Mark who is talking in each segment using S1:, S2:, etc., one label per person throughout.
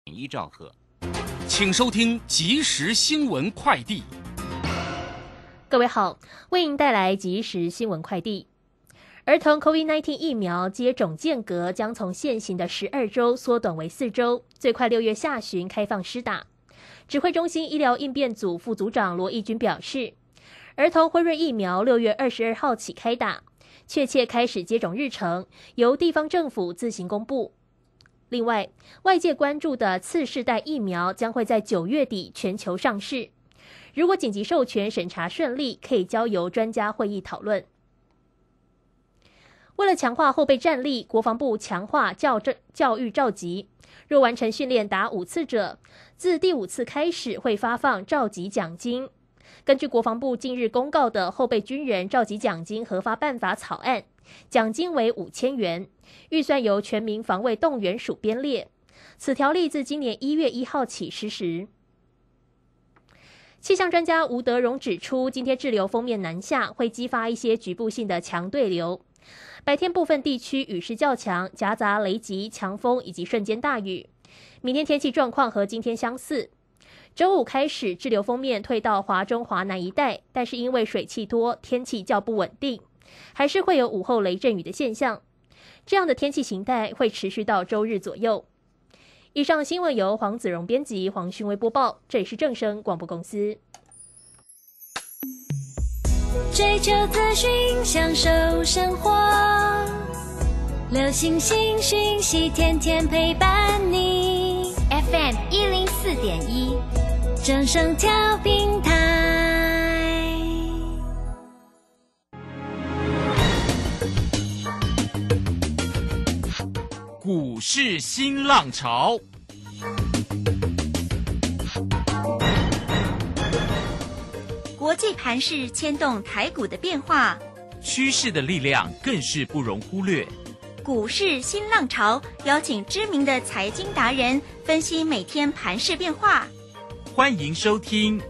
S1: 一兆赫。请收听即时新闻快递。
S2: 各位好，为您带来即时新闻快递。儿童 COVID-19 疫苗接种间隔将从现行的12周缩短为4周，最快6月下旬开放施打。指挥中心医疗应变组副组长罗义军表示，儿童辉瑞疫苗6月22号起开打，确切开始接种日程由地方政府自行公布。另外，外界关注的次世代疫苗将会在9月底全球上市。如果紧急授权审查顺利，可以交由专家会议讨论。为了强化后备战力，国防部强化教育召集，若完成训练达5次者，自第5次开始会发放召集奖金。根据国防部近日公告的后备军人召集奖金核发办法草案，奖金为5000元，预算由全民防卫动员署编列。此条例自今年1月1号起施行。气象专家吴德荣指出，今天滞留锋面南下，会激发一些局部性的强对流。白天部分地区雨势较强，夹杂雷击、强风以及瞬间大雨。明天天气状况和今天相似。周五开始，滞留锋面退到华中、华南一带，但是因为水汽多，天气较不稳定，还是会有午后雷阵雨的现象。这样的天气形态会持续到周日左右。以上新闻由黄子荣编辑，黄勋威播报，这里是正声广播公司。
S3: 追求资讯，享受生活，流行新讯息，天天陪伴你。FM 104.1，正声调频台。
S1: 股市新浪潮，
S4: 国际盘势牵动台股的变化，
S1: 趋势的力量更是不容忽略。
S4: 股市新浪潮邀请知名的财经达人分析每天盘势变化。
S1: 欢迎收听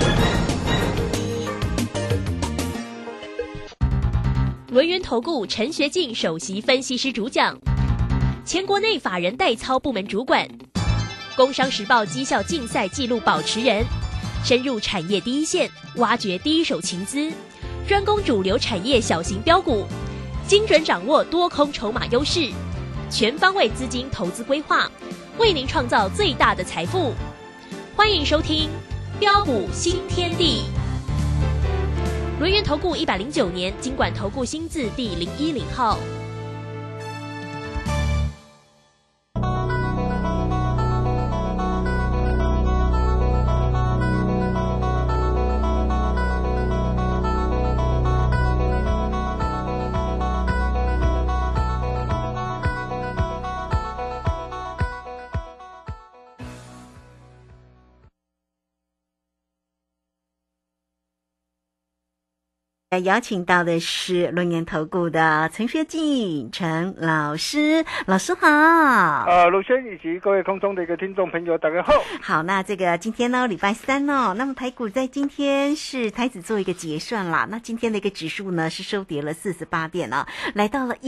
S2: 轮源投顾陈学进首席分析师主讲，前国内法人代操部门主管，工商时报绩效竞赛纪录保持人，深入产业第一线，挖掘第一手情资，专攻主流产业小型标股，精准掌握多空筹码优势，全方位资金投资规划，为您创造最大的财富。欢迎收听标股新天地。轮源投顾109年金管投顾新字第010号。
S5: 邀请到的是轮源投顾的陈学进陈老师，老师好。
S6: 卢轩以及各位空中的一个听众朋友，大家好。
S5: 好，那这个今天呢，礼拜三哦，那么台股在今天是台指做一个结算啦，那今天的一个指数呢是收跌了48点啊，来到了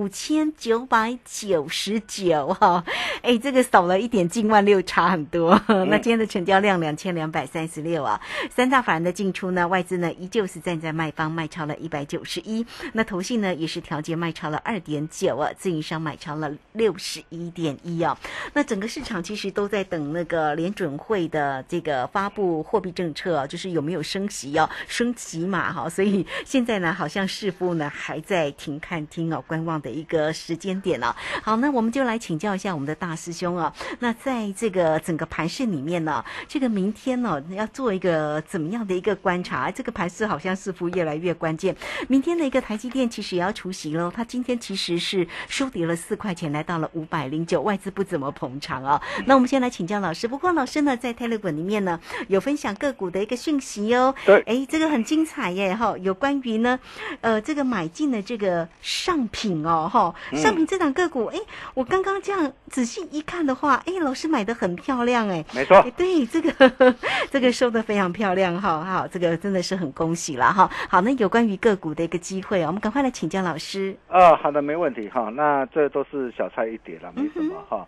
S5: 15999哈，这个少了一点，近16000差很多。那今天的成交量2236啊，三大法人的进出呢，外资呢依旧是站在卖方。卖超了191，那投信呢也是调节卖超了2.9啊，自营商买超了61.1啊。那整个市场其实都在等那个联准会的这个发布货币政策啊，就是有没有升息啊，升息嘛哈，所以现在呢好像似乎呢还在停看听啊观望的一个时间点啊。好，那我们就来请教一下我们的大师兄啊，那在这个整个盘势里面呢，这个明天呢要做一个怎么样的一个观察？这个盘势好像似乎越来越关键。明天的一个台积电其实也要除息咯，它今天其实是收跌了4块钱，来到了509，外资不怎么捧场啊。那我们先来请教老师，不过老师呢在 Telegram 里面呢有分享个股的一个讯息哦。
S6: 对，
S5: 这个很精彩耶哈，有关于呢这个买进的这个上品哦哈，上品这档个股，我刚刚这样仔细一看的话，老师买的很漂亮
S6: 没错，
S5: 对，这个收的非常漂亮哈，好，这个真的是很恭喜啦哈。好，那有关于个股的一个机会我们赶快来请教老师。
S6: 好的，没问题哈。那这都是小菜一碟啦，没什么哈。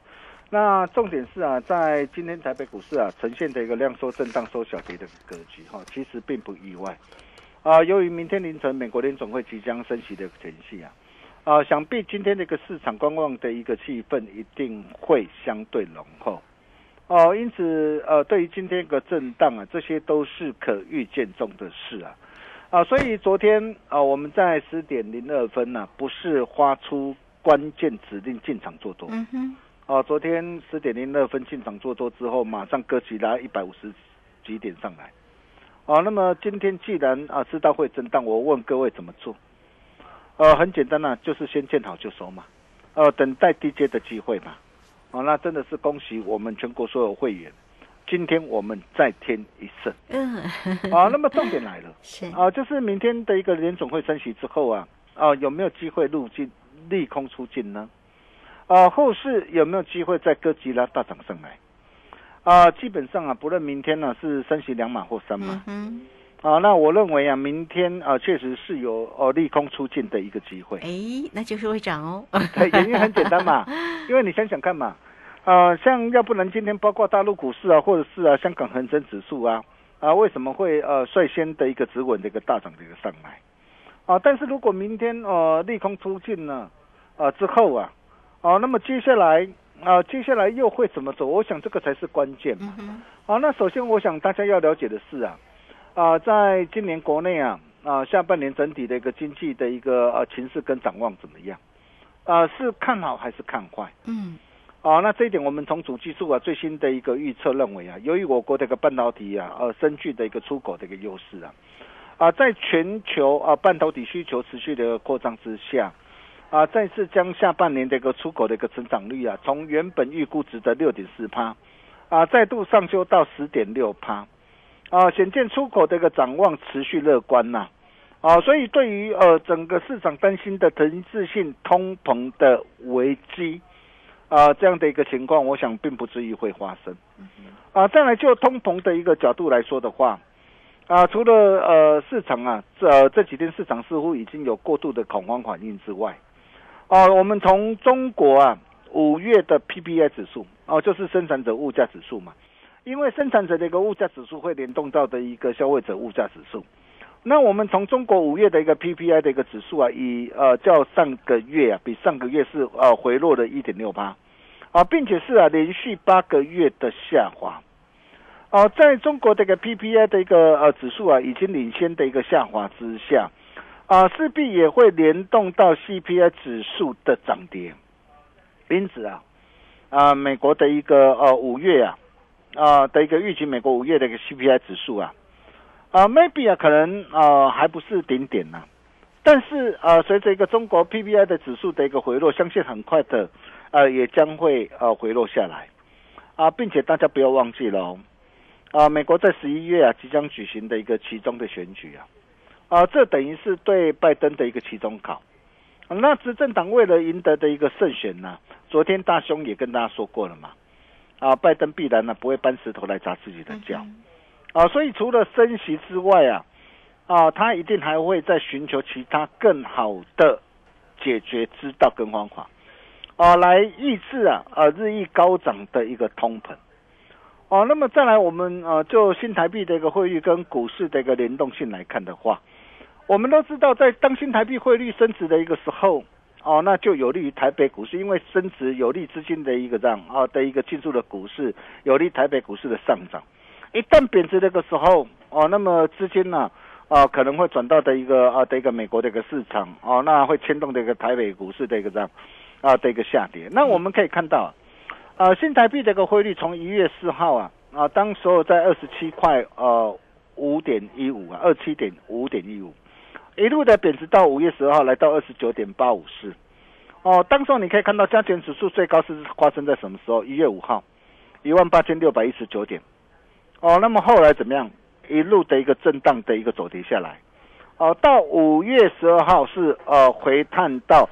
S6: 那重点是啊，在今天台北股市啊呈现的一个量缩震荡收小跌的格局其实并不意外由于明天凌晨美国联总会即将升息的前夕想必今天的一个市场观望的一个气氛一定会相对浓厚因此对于今天的震荡这些都是可预见中的事所以昨天我们在10点02分不是发出关键指令进场做多昨天10点02分进场做多之后，马上哥吉拉150几点上来那么今天既然知道会震荡，我问各位怎么做很简单就是先见好就收嘛等待低阶的机会嘛那真的是恭喜我们全国所有会员，今天我们再添一胜那么重点来了
S5: 是
S6: 就是明天的一个联总会升息之后有没有机会入境利空出尽呢后市有没有机会在哥吉拉大涨上来基本上不论明天是升息2码或3码那我认为明天确实是有利空出尽的一个机会
S5: 那就是会涨哦
S6: 对，原因很简单嘛因为你想想看嘛像要不然今天包括大陆股市或者是香港恒生指数为什么会率先的一个止稳的一个大涨的一个上来但是如果明天利空出尽呢之后那么接下来又会怎么走？我想这个才是关键嘛那首先我想大家要了解的是在今年国内下半年整体的一个经济的一个情势跟展望怎么样是看好还是看坏那这一点我们从主技术最新的一个预测认为由于我国的一个半导体深具的一个出口的一个优势在全球半导体需求持续的扩张之下再次将下半年的一个出口的一个成长率从原本预估值的 6.4% 再度上修到 10.6%显见出口的一个展望持续乐观所以对于整个市场担心的停滞性通膨的危机这样的一个情况，我想并不至于会发生再来就通膨的一个角度来说的话除了市场这几天市场似乎已经有过度的恐慌反应之外我们从中国5月的 PPI 指数就是生产者物价指数嘛，因为生产者的一个物价指数会联动到的一个消费者物价指数。那我们从中国5月的一个 PPI 的一个指数以较上个月比上个月是回落了 1.6%并且是连续8个月的下滑在中国的一个 PPI 的一个指数已经领先的一个下滑之下势必也会联动到 CPI 指数的涨跌。因此美国的一个5月的一个预计，美国5月的一个 CPI 指数maybe 可能还不是顶点但是随着一个中国 PPI 的指数的一个回落，相信很快的也将会回落下来并且大家不要忘记了美国在11月即将举行的一个期中的选举这等于是对拜登的一个期中考那执政党为了赢得的一个胜选昨天大兄也跟大家说过了嘛拜登必然不会搬石头来砸自己的脚所以除了升息之外他一定还会再寻求其他更好的解决之道跟方法来抑制日益高涨的一个通膨那么再来我们就新台币的一个汇率跟股市的一个联动性来看的话，我们都知道在当新台币汇率升值的一个时候那就有利于台北股市，因为升值有利资金的一个的一个进入的股市，有利台北股市的上涨。一旦贬值的一个时候那么资金可能会转到的一个美国的一个市场那会牵动的一个台北股市的一个的一个下跌。那我们可以看到新台币的一个汇率从1月4号当时候在27块5.1527.5.15一路的贬值到5月12号来到29.854当时候你可以看到加权指数最高是发生在什么时候？1月5号18619点那么后来怎么样？一路的一个震荡的一个走跌下来到5月12号是回探到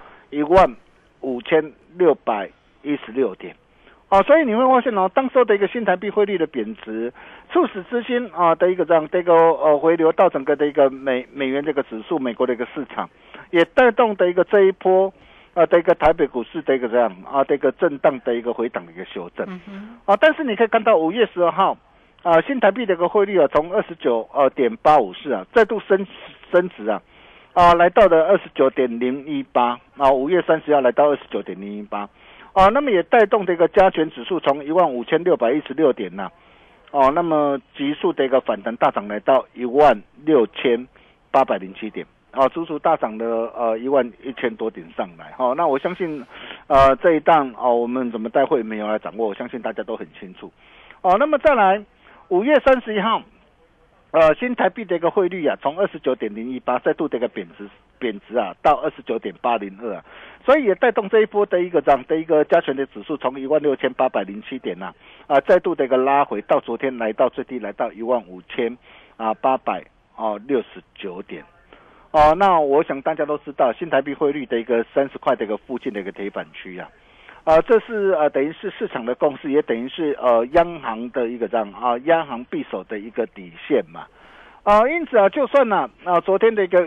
S6: 15616点所以你会发现当时候的一个新台币汇率的贬值，促使资金的一个这样的一个回流到整个的一个美元这个指数，美国的一个市场，也带动的一个这一波的一个台北股市的一个这样的一个震荡的一个回档的一个修正，但是你可以看到5月12号新台币的一个汇率从29.854再度升值来到了29.0185月30号来到29.018那么也带动这个加权指数从15616点那么急速的一个反弹大涨来到16807点足足大涨了11000多点上来那我相信这一档我们怎么带会没有来掌握，我相信大家都很清楚那么再来5月31号新台币的一个汇率从29.018再度的一个贬值到29.802所以也带动这一波的一个这样的一个加权的指数从16807点再度的一个拉回到昨天来到最低来到15869点那我想大家都知道新台币汇率的一个30块的一个附近的一个铁板区这是等于是市场的共识，也等于是央行的一个这样央行必守的一个底线嘛因此就算昨天的一个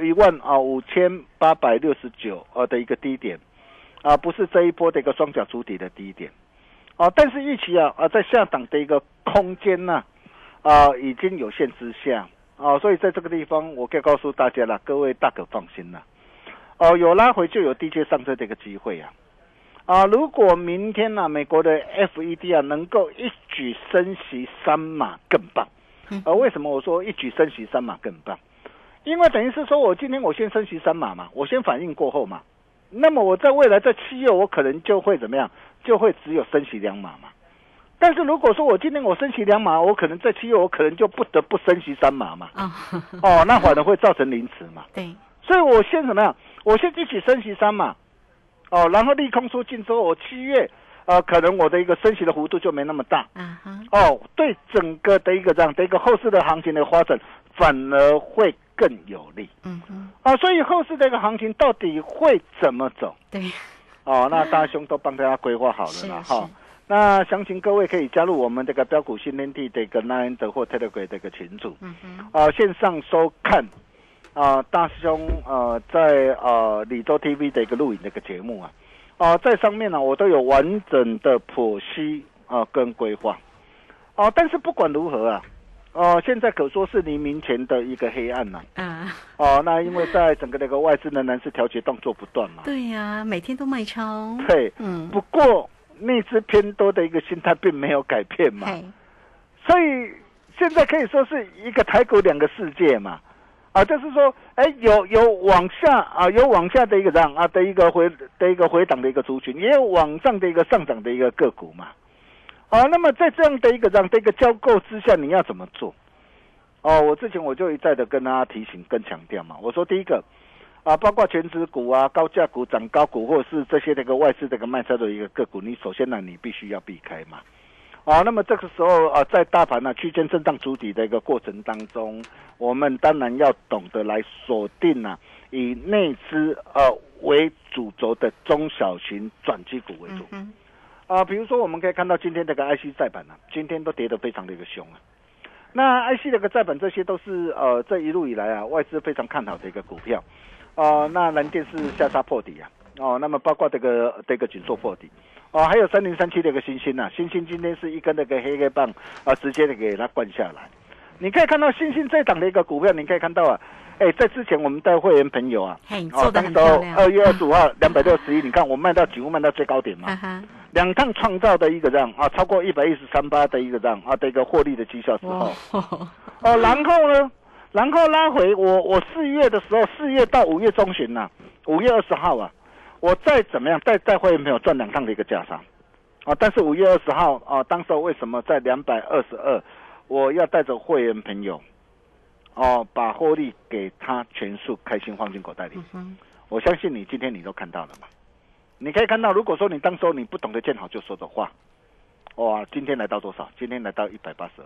S6: 15869的一个低点不是这一波的一个双脚主体的低点但是预期在下档的一个空间已经有限之下所以在这个地方我可以告诉大家了，各位大可放心了有拉回就有低阶上车的一个机会如果明天美国的 FED 能够一举升息3码更棒为什么我说一举升息3码更棒？因为等于是说我今天我先升息3码嘛，我先反应过后嘛，那么我在未来在7月我可能就会怎么样，就会只有升息2码嘛。但是如果说我今天我升息2码，我可能在7月我可能就不得不升息3码嘛那反而会造成凌迟嘛。
S5: 对，
S6: 所以我先怎么样？我先一起升息3码然后利空出尽之后，我7月可能我的一个升息的幅度就没那么大对整个的一个这样的一个后市的行情的发展反而会更有利所以后市的一个行情到底会怎么走？
S5: 对
S6: 那大兄都帮大家规划好了啦那详情各位可以加入我们这个标股新天地的一个 LINE 或 Telegram 的一个群组线上收看大兄在李州 TV 的一个录影的一个节目在上面我都有完整的剖析跟规划但是不管如何现在可说是黎明前的一个黑暗那因为在整个那个外资仍然是调节动作不断嘛。
S5: 对呀每天都卖超。
S6: 对不过内资偏多的一个心态并没有改变嘛，所以现在可以说是一个台股2个世界嘛就是说有往下有往下的一个这样的一个回档的一个族群，也有往上的一个上涨的一个个股嘛那么在这样的一个交构之下你要怎么做我之前我就一再的跟大家提醒跟强调嘛，我说第一个包括全指股高价股涨高股或者是这些那个外资这个卖超的一个个股，你首先你必须要避开嘛那么这个时候在大盘区间震荡筑底的一个过程当中，我们当然要懂得来锁定以内资为主轴的中小型转机股为主比如说我们可以看到今天这个 IC 载板今天都跌得非常的一个凶那 IC 这个载板这些都是这一路以来外资非常看好的一个股票那蓝电是下杀破底那么包括这个锦硕破底还有3037的一个星星星星今天是一根那个黑棒直接的给它灌下来。你可以看到星星这档的一个股票，你可以看到在之前我们带会员朋友
S5: 做得很漂亮
S6: 2月25号261，你看我卖到几乎卖到最高点嘛，2趟创造的一个这样超过113%的一个这样的一个获利的绩效之后然后呢，然后拉回我4月的时候，4月到5月中旬5月20号我再怎么样带会员朋友赚2趟的一个价差但是5月20号当时候为什么在222我要带着会员朋友把获利给他全数开心放进口袋里我相信你今天你都看到了嘛，你可以看到如果说你当时候你不懂得见好就收的话今天来到多少？今天来到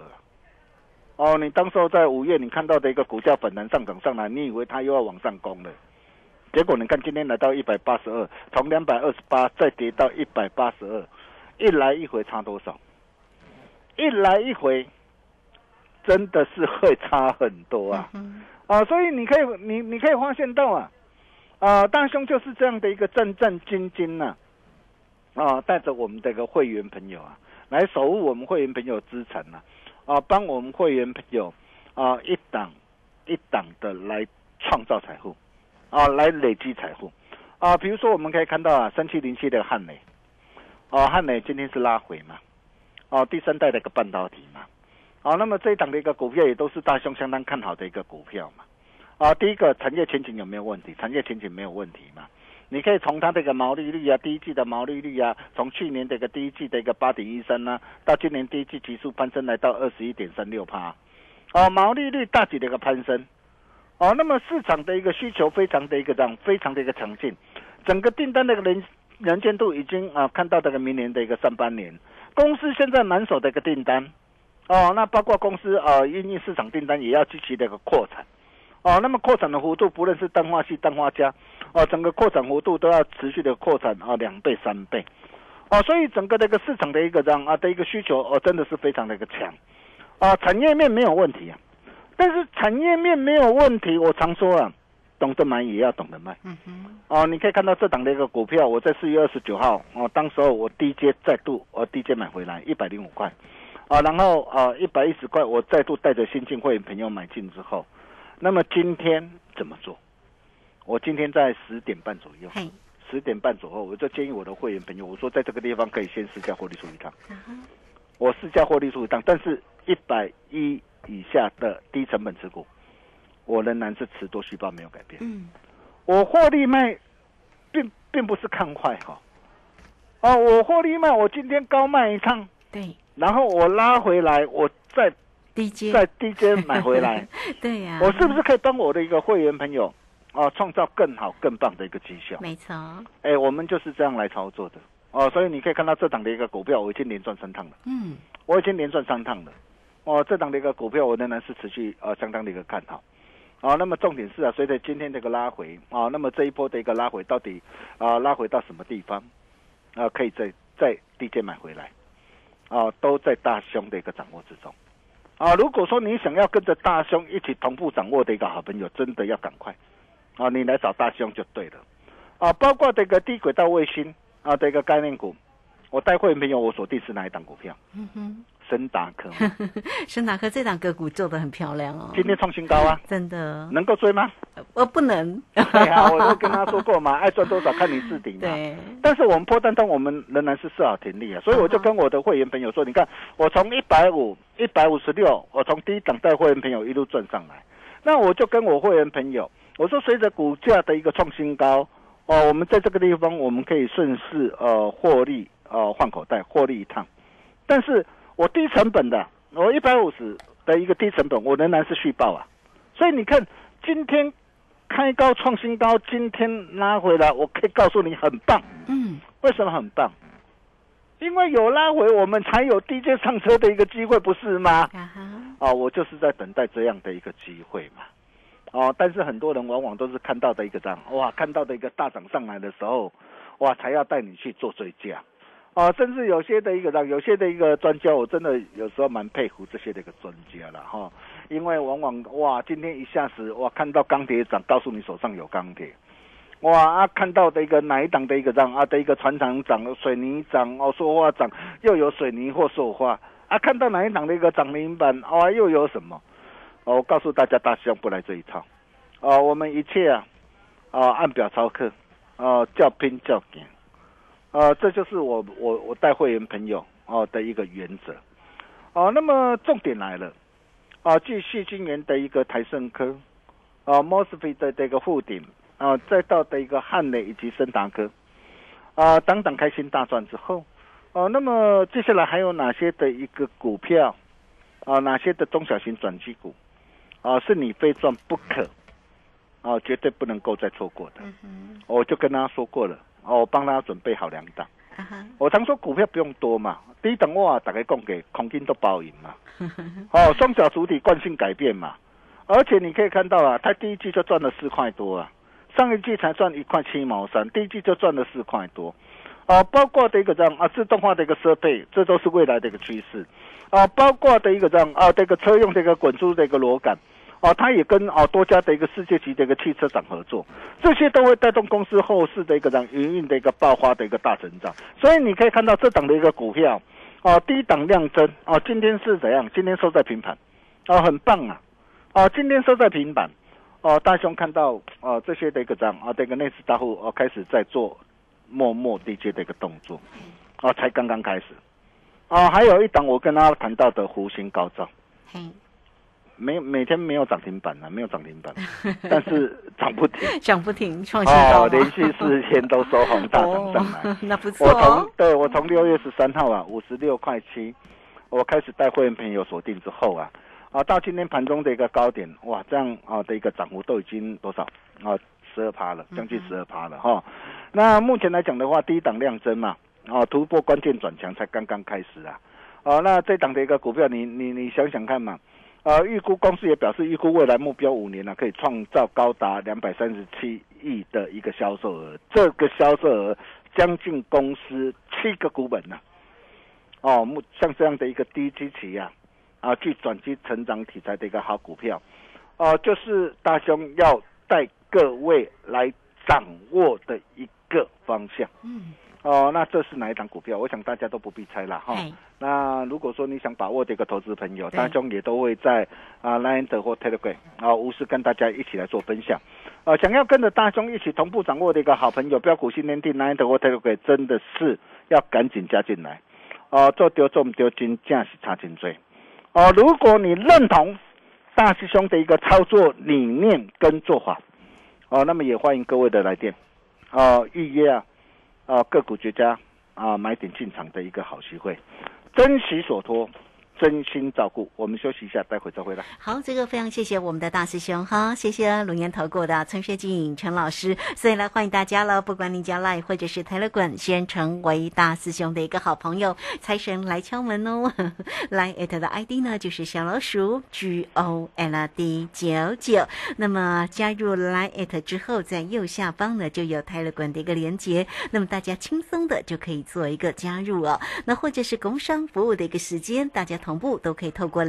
S6: 182你当时候在5月你看到的一个股价反弹上涨上来，你以为它又要往上攻了，结果你看今天来到182，从228再跌到182，一来一回差多少？一来一回真的是会差很多所以你可以发现到大兄就是这样的一个战战兢兢呢，带着我们的一个会员朋友来守护我们会员朋友资产帮我们会员朋友一档一档的来创造财富来累积财富比如说我们可以看到3707的汉磊汉磊今天是拉回嘛第三代的一个半导体嘛那么这一档的一个股票也都是大兄相当看好的一个股票嘛第一个产业前景有没有问题？产业前景没有问题嘛？你可以从它这个毛利率第一季的毛利率从去年的一个第一季的一个 8.13 到今年第一季急速攀升来到 21.36%毛利率大举的一个攀升那么市场的一个需求非常的一个非常的一个强劲，整个订单的一个能见度已经看到这个明年的一个上半年，公司现在满手的一个订单那包括公司因应市场订单也要积极的一个扩产那么扩产的幅度不论是氮化系氮化镓整个扩产幅度都要持续的扩产2倍3倍所以整个这个市场的一个的一个需求真的是非常的一个强产业面没有问题但是产业面没有问题，我常说懂得买也要懂得卖你可以看到这档的一个股票，我在4月29号当时候我低阶再度低阶买回来105块然后110块我再度带着新进会员朋友买进之后，那么今天怎么做？我今天在10点半左右，10点半左右，我就建议我的会员朋友，我说在这个地方可以先试价获利出一趟。我试价获利出一趟，但是110以下的低成本持股，我仍然是持多续报没有改变。我获利卖，并不是看坏我获利卖，我今天高卖一趟，
S5: 对，
S6: 然后我拉回来，我再低阶买回来，
S5: 对呀，
S6: 我是不是可以帮我的一个会员朋友创造更好更棒的一个绩效？
S5: 没错，
S6: 我们就是这样来操作的所以你可以看到这档的一个股票，我已经连赚3趟了。我已经连赚3趟了。这档的一个股票，我仍然是持续相当的一个看好。那么重点是随着今天这个拉回那么这一波的一个拉回到底拉回到什么地方可以再低阶买回来都在大兄的一个掌握之中。如果说你想要跟着大兄一起同步掌握的一个好朋友，真的要赶快你来找大兄就对了包括这个低轨道卫星的一个概念股，我带会员朋友我锁定是哪一档股票？昇達科
S5: 昇達科这档个股做得很漂亮
S6: 今天创新高
S5: 真的
S6: 能够追吗？
S5: 我不能。
S6: 对我都跟他说过嘛，爱赚多少看你自己嘛。
S5: 对。
S6: 但是我们波段单我们仍然是设好停利所以我就跟我的会员朋友说，你看我从150、156，我从第一档带会员朋友一路赚上来，那我就跟我会员朋友我说，随着股价的一个创新高我们在这个地方我们可以顺势获利换口袋获利一趟，但是我低成本的，我150的一个低成本，我仍然是续报所以你看，今天开高创新高，今天拉回来，我可以告诉你很棒。为什么很棒？因为有拉回，我们才有低阶上车的一个机会，不是吗？我就是在等待这样的一个机会嘛。但是很多人往往都是看到的一个看到的一个大涨上来的时候，才要带你去做追加。甚至有些的一个专家，我真的有时候蛮佩服这些的一个专家了因为往往今天一下子看到钢铁涨，告诉你手上有钢铁，看到的一个哪一档的一个的一个船厂涨，水泥涨塑化涨，又有水泥或塑化看到哪一档的一个涨停板又有什么我告诉大家，大兄不来这一套我们一切按表操课叫拼叫赢这就是我带会员朋友的一个原则那么重点来了继续今年的一个台盛科MOSFET 的这个富鼎再到的一个汉磊以及昇達科等等开心大赚之后那么接下来还有哪些的一个股票哪些的中小型转机股是你非赚不可绝对不能够再错过的我就跟他说过了我帮他准备好2档我常说股票不用多嘛，第一档大概讲给空金都包赢嘛双脚主体惯性改变嘛，而且你可以看到他第一季就赚了4块多上一季才赚1块7毛3，第一季就赚了4块多包括的一个自动化的一个设备，这都是未来的一个趋势包括的一个这个车用的一个滚珠的一个螺杆它也跟多家的一个世界级的一个汽车厂合作，这些都会带动公司后市的一个营运的一个爆发的一个大成长。所以你可以看到这档的一个股票，低档量增，今天是怎样？今天收在平盘，很棒啊，今天收在平板，大兄看到这些的一个这个内资大户开始在做默默低阶的一个动作，才刚刚开始，还有一档我跟大家谈到的湖星高照，每天没有涨停板没有涨停板，但是涨不停，
S5: 涨不停，创新高，
S6: 连续4天都收红大涨上来，
S5: 那不错。
S6: 我从6月13号56.7块，我开始带会员朋友锁定之后到今天盘中的一个高点，哇，这样的一个涨幅都已经多少12%了，将近12%了哈。那目前来讲的话，第一档量增嘛，突破关键转强才刚刚开始那这档的一个股票，你想想看嘛。预估公司也表示，预估未来目标5年可以创造高达237亿的一个销售额，这个销售额将近公司7个股本像这样的一个低基期具转机成长题材的一个好股票，就是大兄要带各位来掌握的一个方向。那这是哪一档股票？我想大家都不必猜了哈。那如果说你想把握的一个投资朋友，大兄也都会在Line 或 Telegram 无私跟大家一起来做分享。想要跟着大兄一起同步掌握的一个好朋友，标股新天地 Line 或 Telegram 真的是要赶紧加进来。做丢做不丢，真正是差真多。如果你认同大师兄的一个操作理念跟做法，那么也欢迎各位的来电，预约个股绝佳买点进场的一个好机会，珍惜所托，真心照顾。我们休息一下，待会再回来。
S5: 好，这个非常谢谢我们的大师兄哈，谢谢龙岩投顾的陈学进陈老师，所以来欢迎大家了，不管你加 LINE 或者是 Telegram， 先成为大师兄的一个好朋友，财神来敲门哦。LINE@ 的 ID 呢就是小老鼠 GOLD99， 那么加入 LINE@ 之后，在右下方呢就有 Telegram 的一个连结，那么大家轻松的就可以做一个加入那或者是工商服务的一个时间，大家同步都可以透过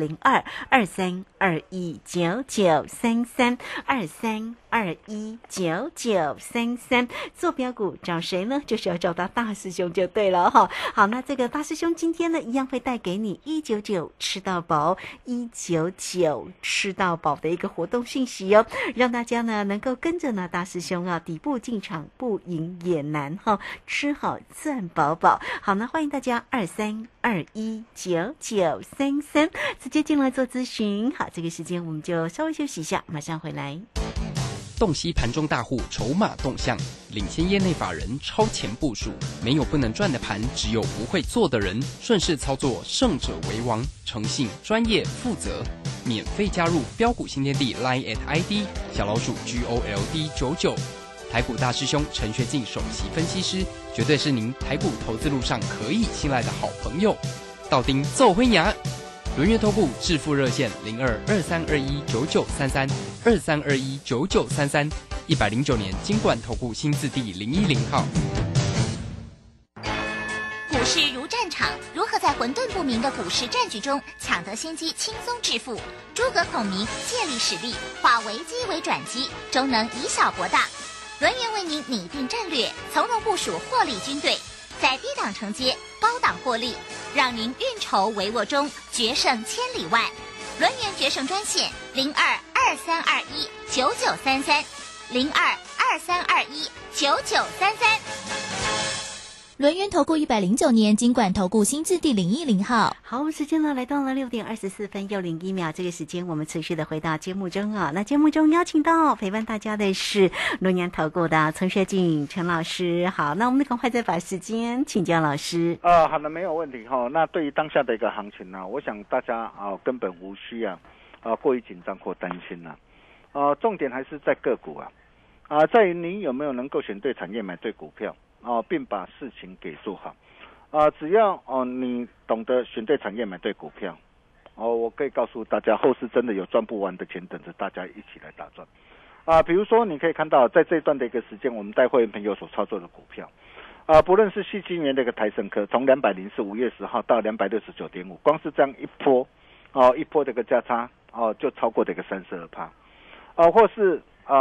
S5: 02-2321993323219933做标股找谁呢？就是要找到大师兄就对了哈。好，那这个大师兄今天呢，一样会带给你199吃到饱199吃到饱的一个活动讯息让大家呢能够跟着呢大师兄底部进场，不赢也难吃好赚饱饱。好，那欢迎大家23219933直接进来做咨询。好，这个时间我们就稍微休息一下，马上回来。
S1: 洞悉盘中大户筹码动向，领先业内法人超前部署，没有不能赚的盘，只有不会做的人。顺势操作，胜者为王。诚信、专业、负责，免费加入标股新天地 Line@ ID 小老鼠 GOLD99。台股大师兄陈学进首席分析师，绝对是您台股投资路上可以信赖的好朋友。道丁奏辉牙，轮源投顾致富热线02-2321-9933，2321-9933，109年金管投顾新字第010号。
S7: 股市如战场，如何在混沌不明的股市战局中抢得先机，轻松致富？诸葛孔明借力使力，化危机为转机，终能以小博大。轮源为您拟定战略，从容部署获利军队，在低档承接，高档获利，让您运筹帷幄中决胜千里外。轮源决胜专线02-2321-9933，02-2321-9933。
S3: 轮源投顾109年金管投顾新字第010号。
S5: 好，时间呢来到了6点24分又01秒，这个时间我们持续的回到节目中那节目中邀请到陪伴大家的是轮源投顾的陈学进陈老师。好，那我们赶快再把时间请教老师。
S6: 好的，没有问题那对于当下的一个行情呢，我想大家根本无需过于紧张或担心重点还是在个股在于你有没有能够选对产业，买对股票并把事情给做好只要你懂得选对产业，买对股票我可以告诉大家，后市真的有赚不完的钱等着大家一起来打赚比如说你可以看到，在这一段的一个时间，我们带会员朋友所操作的股票不论是矽晶圆的一个台胜科，从204 5月10号到269.5，光是这样一波的一个价差就超过的一个32%，或是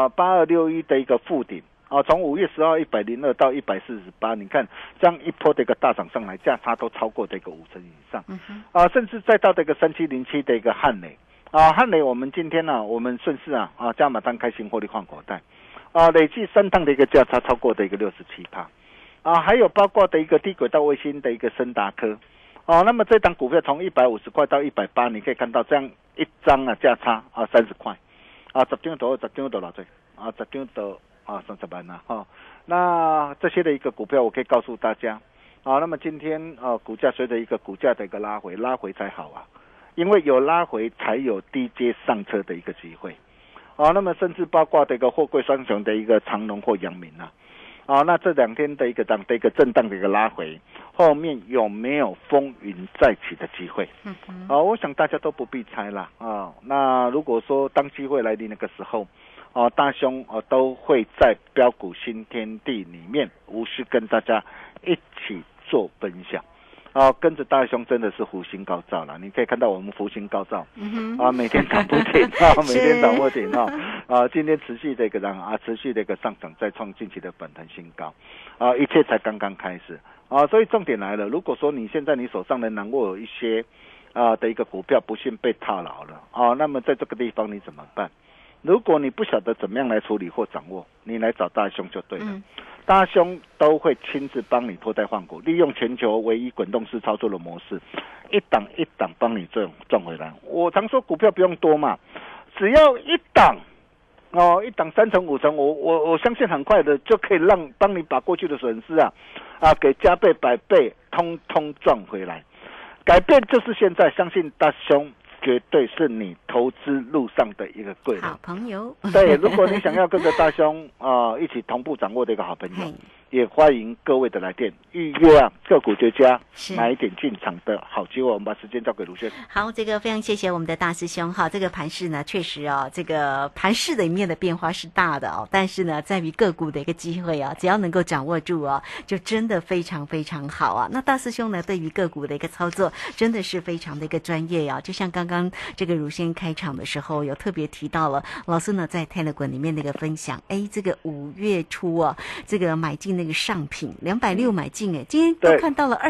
S6: 8261的一个富鼎从5月10号102到148，你看这样一波的一个大涨上来，价差都超过的一个50%以上，甚至再到这个3707的一个汉磊汉磊我们今天我们顺势加码单开新获利换口袋累计3趟的一个价差超过的一个67%还有包括的一个低轨道卫星的一个森达科那么这档股票从150块到180，你可以看到这样一张价差30块10张到10张到偌济10张到30万那这些的一个股票我可以告诉大家那么今天股价随着一个股价的一个拉回才好因为有拉回才有低阶上车的一个机会那么甚至包括的一个货柜双雄的一个长荣或阳明那这2天的一个震荡的一个拉回，后面有没有风云再起的机会？我想大家都不必猜啦那如果说当机会来临那个时候大兄都会在标股新天地里面无私跟大家一起做分享跟着大兄真的是福星高照了，你可以看到我们福星高照每天涨不停每天涨不停今天持续的一个持续的一个上涨，再创近期的反弹新高一切才刚刚开始所以重点来了，如果说你现在你手上仍然握有一些的一个股票不幸被套牢了那么在这个地方你怎么办？如果你不晓得怎么样来处理或掌握，你来找大兄就对了大兄都会亲自帮你脱胎换骨，利用全球唯一滚动式操作的模式，一档一档帮你赚回来。我常说股票不用多嘛，只要一档一档3成5成，我相信很快的就可以帮你把过去的损失给加倍100倍通通赚回来。改变就是现在，相信大兄绝对是你投资路上的一个贵人
S5: 好朋友。
S6: 对，如果你想要跟着大兄一起同步掌握的一个好朋友，也欢迎各位的来电预约个股绝佳买点进场的好机会。我们把时间交给卢轩。
S5: 好，这个非常谢谢我们的大师兄这个盘势呢，确实这个盘势的一面的变化是大的但是呢，在于个股的一个机会只要能够掌握住就真的非常非常好那大师兄呢，对于个股的一个操作真的是非常的一个专业就像刚刚这个如先开场的时候有特别提到了，老师呢在 Telegram 里面的一个分享，这个5月初这个买进那个上品260买进今天都看到了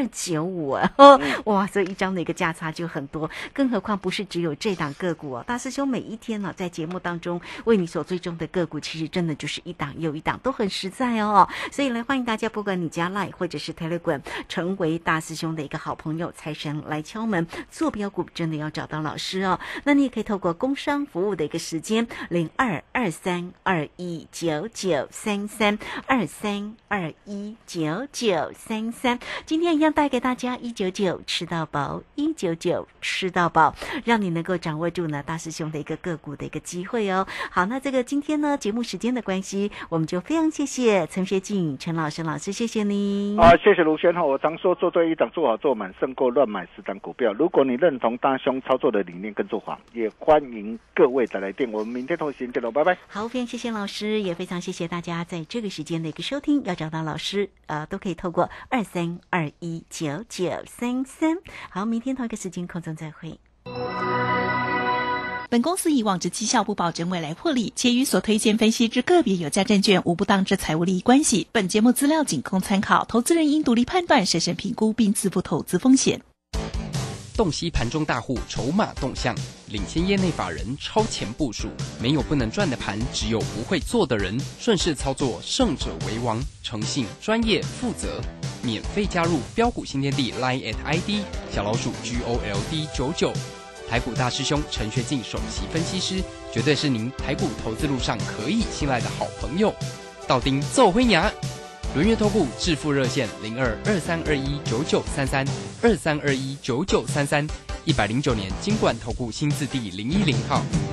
S5: 295哇，所以一张的一个价差就很多，更何况不是只有这档个股大师兄每一天在节目当中为你所追踪的个股，其实真的就是一档又一档，都很实在所以来欢迎大家，不管你加 LINE 或者是 Telegram， 成为大师兄的一个好朋友，财神来敲门，做标股真的要找到老师那你也可以透过工商服务的一个时间0223219933 23219933，今天一样带给大家199吃到饱，199吃到饱，让你能够掌握住呢大师兄的一个个股的一个机会好，那这个今天呢节目时间的关系，我们就非常谢谢陈学进陈老师，谢谢你
S6: 谢谢卢轩我常说做对一档做好做满胜过乱买10档股票。如果你认同大兄操作的理念跟做法，也欢迎各位再来电。我们明天同一时间见喽，拜拜。
S5: 好，非常谢谢老师，也非常谢谢大家在这个时间的一个收听。要找到老师都可以透过23219933。好，明天同一个时间空中再会。
S8: 本公司以往之绩效不保证未来获利，且与所推荐分析之个别有价证券无不当之财务利益关系。本节目资料仅供参考，投资人应独立判断、审慎评估并自负投资风险。
S1: 洞悉盘中大户筹码动向，领先业内法人超前部署，没有不能赚的盘，只有不会做的人。顺势操作，胜者为王。诚信、专业、负责，免费加入标股新天地 Line ID 小老鼠 GOLD99。台股大师兄陈学进首席分析师，绝对是您台股投资路上可以信赖的好朋友。道丁奏灰牙，轮月投顾致富热线0223219933 23219933，109年金管投顾新字第010号。